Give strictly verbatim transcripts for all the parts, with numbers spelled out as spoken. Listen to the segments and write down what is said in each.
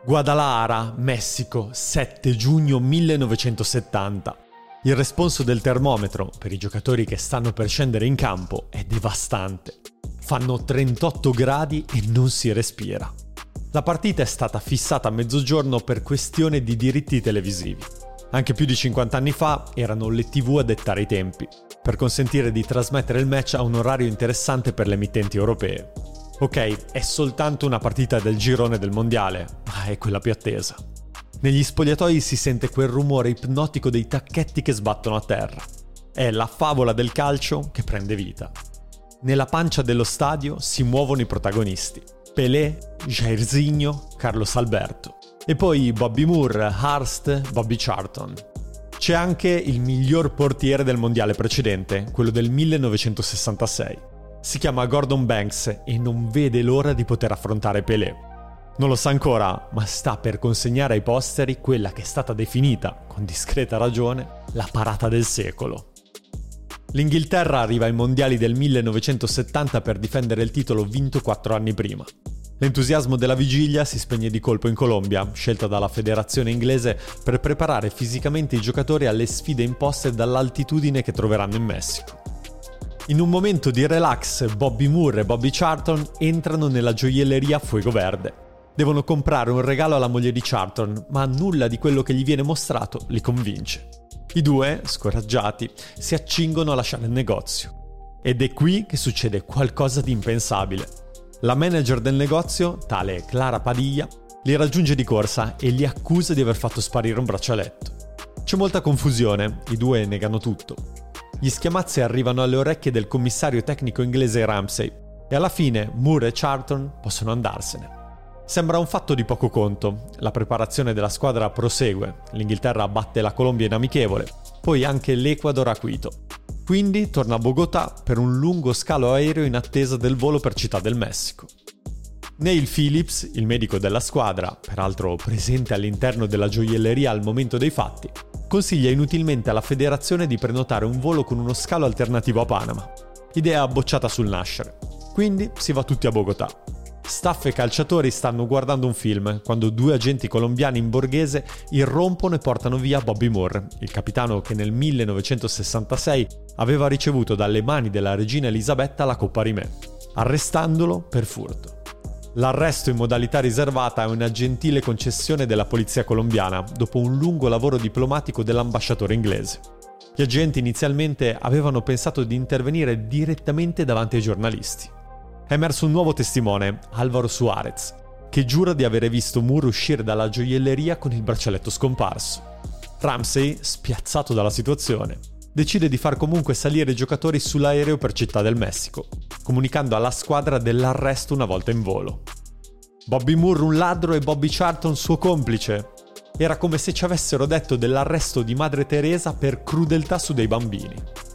Guadalajara, Messico, sette giugno millenovecentosettanta. Il responso del termometro per i giocatori che stanno per scendere in campo è devastante. Fanno trentotto gradi e non si respira. La partita è stata fissata a mezzogiorno per questione di diritti televisivi. Anche più di cinquanta anni fa erano le tivù a dettare i tempi, per consentire di trasmettere il match a un orario interessante per le emittenti europee. Ok, è soltanto una partita del girone del mondiale, ma è quella più attesa. Negli spogliatoi si sente quel rumore ipnotico dei tacchetti che sbattono a terra. È la favola del calcio che prende vita. Nella pancia dello stadio si muovono i protagonisti: Pelé, Jairzinho, Carlos Alberto. E poi Bobby Moore, Hurst, Bobby Charlton. C'è anche il miglior portiere del mondiale precedente, quello del millenovecentosessantasei. Si chiama Gordon Banks e non vede l'ora di poter affrontare Pelé. Non lo sa ancora, ma sta per consegnare ai posteri quella che è stata definita, con discreta ragione, la parata del secolo. L'Inghilterra arriva ai mondiali del millenovecentosettanta per difendere il titolo vinto quattro anni prima. L'entusiasmo della vigilia si spegne di colpo in Colombia, scelta dalla federazione inglese per preparare fisicamente i giocatori alle sfide imposte dall'altitudine che troveranno in Messico. In un momento di relax, Bobby Moore e Bobby Charlton entrano nella gioielleria Fuego Verde. Devono comprare un regalo alla moglie di Charlton, ma nulla di quello che gli viene mostrato li convince. I due, scoraggiati, si accingono a lasciare il negozio. Ed è qui che succede qualcosa di impensabile. La manager del negozio, tale Clara Padilla, li raggiunge di corsa e li accusa di aver fatto sparire un braccialetto. C'è molta confusione, i due negano tutto. Gli schiamazzi arrivano alle orecchie del commissario tecnico inglese Ramsey e alla fine Moore e Charlton possono andarsene. Sembra un fatto di poco conto. La preparazione della squadra prosegue. L'Inghilterra batte la Colombia in amichevole, poi anche l'Ecuador a Quito. Quindi torna a Bogotà per un lungo scalo aereo in attesa del volo per Città del Messico. Neil Phillips, il medico della squadra, peraltro presente all'interno della gioielleria al momento dei fatti, consiglia inutilmente alla federazione di prenotare un volo con uno scalo alternativo a Panama. Idea bocciata sul nascere. Quindi si va tutti a Bogotà. Staff e calciatori stanno guardando un film quando due agenti colombiani in borghese irrompono e portano via Bobby Moore, il capitano che nel millenovecentosessantasei aveva ricevuto dalle mani della regina Elisabetta la Coppa Rimè, arrestandolo per furto. L'arresto in modalità riservata è una gentile concessione della polizia colombiana dopo un lungo lavoro diplomatico dell'ambasciatore inglese. Gli agenti inizialmente avevano pensato di intervenire direttamente davanti ai giornalisti. È emerso un nuovo testimone, Álvaro Suárez, che giura di avere visto Moore uscire dalla gioielleria con il braccialetto scomparso. Ramsey, spiazzato dalla situazione, decide di far comunque salire i giocatori sull'aereo per Città del Messico, comunicando alla squadra dell'arresto una volta in volo. Bobby Moore un ladro e Bobby Charlton suo complice. Era come se ci avessero detto dell'arresto di Madre Teresa per crudeltà su dei bambini.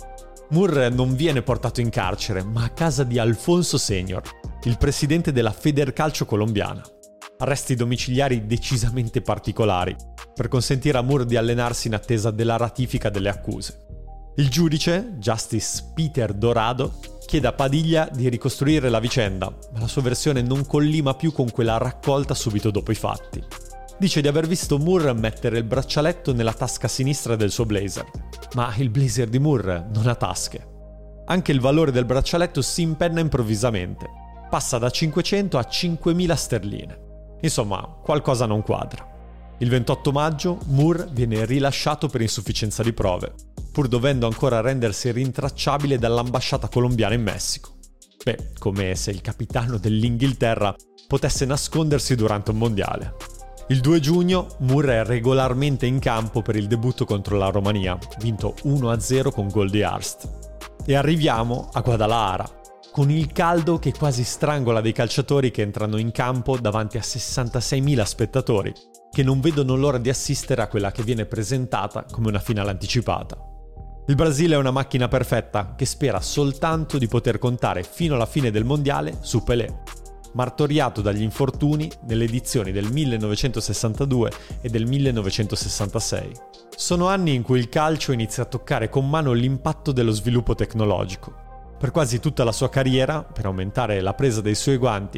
Moore non viene portato in carcere, ma a casa di Alfonso Senior, il presidente della Federcalcio colombiana. Arresti domiciliari decisamente particolari, per consentire a Moore di allenarsi in attesa della ratifica delle accuse. Il giudice, Justice Peter Dorado, chiede a Padilla di ricostruire la vicenda, ma la sua versione non collima più con quella raccolta subito dopo i fatti. Dice di aver visto Moore mettere il braccialetto nella tasca sinistra del suo blazer, ma il blazer di Moore non ha tasche. Anche il valore del braccialetto si impenna improvvisamente, passa da cinquecento a cinquemila sterline. Insomma, qualcosa non quadra. Il ventotto maggio Moore viene rilasciato per insufficienza di prove, pur dovendo ancora rendersi rintracciabile dall'ambasciata colombiana in Messico. Beh, come se il capitano dell'Inghilterra potesse nascondersi durante un mondiale. Il due giugno Moore è regolarmente in campo per il debutto contro la Romania, vinto uno a zero con gol di Hurst. E arriviamo a Guadalajara, con il caldo che quasi strangola dei calciatori che entrano in campo davanti a sessantaseimila spettatori, che non vedono l'ora di assistere a quella che viene presentata come una finale anticipata. Il Brasile è una macchina perfetta che spera soltanto di poter contare fino alla fine del mondiale su Pelé, martoriato dagli infortuni nelle edizioni del millenovecentosessantadue e del millenovecentosessantasei. Sono anni in cui il calcio inizia a toccare con mano l'impatto dello sviluppo tecnologico. Per quasi tutta la sua carriera, per aumentare la presa dei suoi guanti,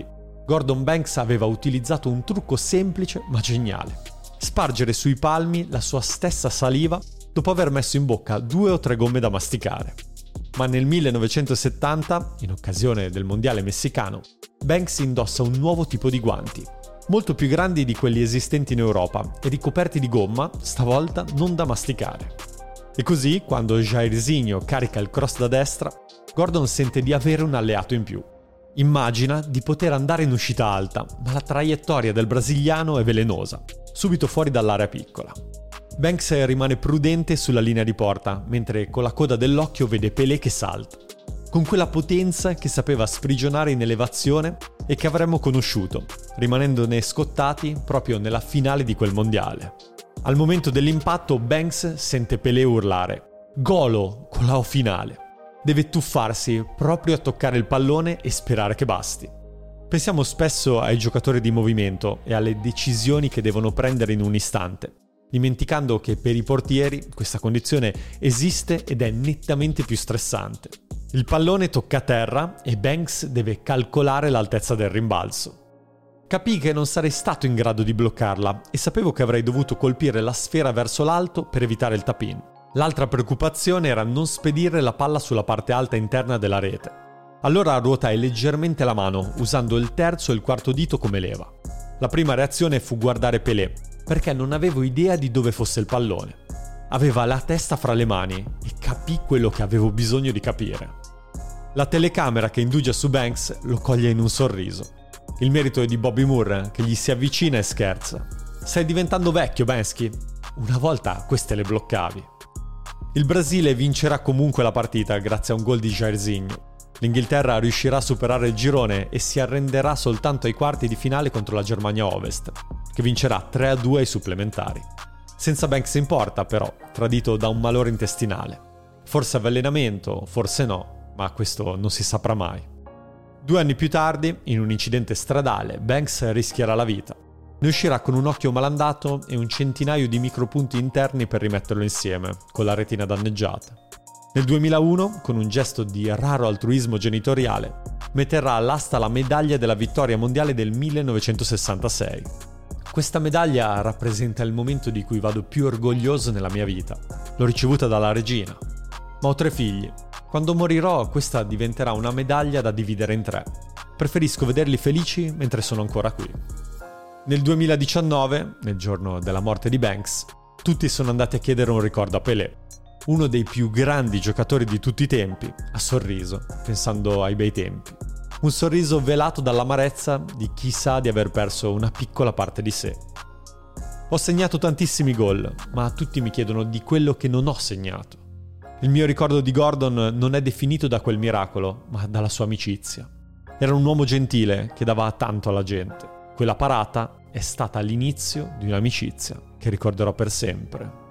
Gordon Banks aveva utilizzato un trucco semplice ma geniale: spargere sui palmi la sua stessa saliva dopo aver messo in bocca due o tre gomme da masticare. Ma nel millenovecentosettanta, in occasione del mondiale messicano, Banks indossa un nuovo tipo di guanti, molto più grandi di quelli esistenti in Europa e ricoperti di gomma, stavolta non da masticare. E così, quando Jairzinho carica il cross da destra, Gordon sente di avere un alleato in più. Immagina di poter andare in uscita alta, ma la traiettoria del brasiliano è velenosa, subito fuori dall'area piccola. Banks rimane prudente sulla linea di porta, mentre con la coda dell'occhio vede Pelé che salta, con quella potenza che sapeva sprigionare in elevazione e che avremmo conosciuto, rimanendone scottati proprio nella finale di quel mondiale. Al momento dell'impatto Banks sente Pelé urlare «Golo!» con la O finale. Deve tuffarsi proprio a toccare il pallone e sperare che basti. Pensiamo spesso ai giocatori di movimento e alle decisioni che devono prendere in un istante, dimenticando che per i portieri questa condizione esiste ed è nettamente più stressante. Il pallone tocca terra e Banks deve calcolare l'altezza del rimbalzo. Capii che non sarei stato in grado di bloccarla e sapevo che avrei dovuto colpire la sfera verso l'alto per evitare il tap-in. L'altra preoccupazione era non spedire la palla sulla parte alta interna della rete. Allora ruotai leggermente la mano, usando il terzo e il quarto dito come leva. La prima reazione fu guardare Pelé, perché non avevo idea di dove fosse il pallone. Aveva la testa fra le mani e capì quello che avevo bisogno di capire. La telecamera che indugia su Banks lo coglie in un sorriso. Il merito è di Bobby Moore, che gli si avvicina e scherza. «Stai diventando vecchio, Banksy. Una volta queste le bloccavi». Il Brasile vincerà comunque la partita grazie a un gol di Jairzinho. L'Inghilterra riuscirà a superare il girone e si arrenderà soltanto ai quarti di finale contro la Germania Ovest, che vincerà tre a due ai supplementari. Senza Banks in porta, però, tradito da un malore intestinale. Forse avvelenamento, forse no, ma questo non si saprà mai. Due anni più tardi, in un incidente stradale, Banks rischierà la vita. Ne uscirà con un occhio malandato e un centinaio di micropunti interni per rimetterlo insieme, con la retina danneggiata. Nel duemilauno, con un gesto di raro altruismo genitoriale, metterà all'asta la medaglia della vittoria mondiale del millenovecentosessantasei. Questa medaglia rappresenta il momento di cui vado più orgoglioso nella mia vita. L'ho ricevuta dalla regina. Ma ho tre figli. Quando morirò, questa diventerà una medaglia da dividere in tre. Preferisco vederli felici mentre sono ancora qui. Nel duemiladiciannove, nel giorno della morte di Banks, tutti sono andati a chiedere un ricordo a Pelé. Uno dei più grandi giocatori di tutti i tempi ha sorriso, pensando ai bei tempi. Un sorriso velato dall'amarezza di chi sa di aver perso una piccola parte di sé. Ho segnato tantissimi gol, ma tutti mi chiedono di quello che non ho segnato. Il mio ricordo di Gordon non è definito da quel miracolo, ma dalla sua amicizia. Era un uomo gentile che dava tanto alla gente. Quella parata è stata l'inizio di un'amicizia che ricorderò per sempre.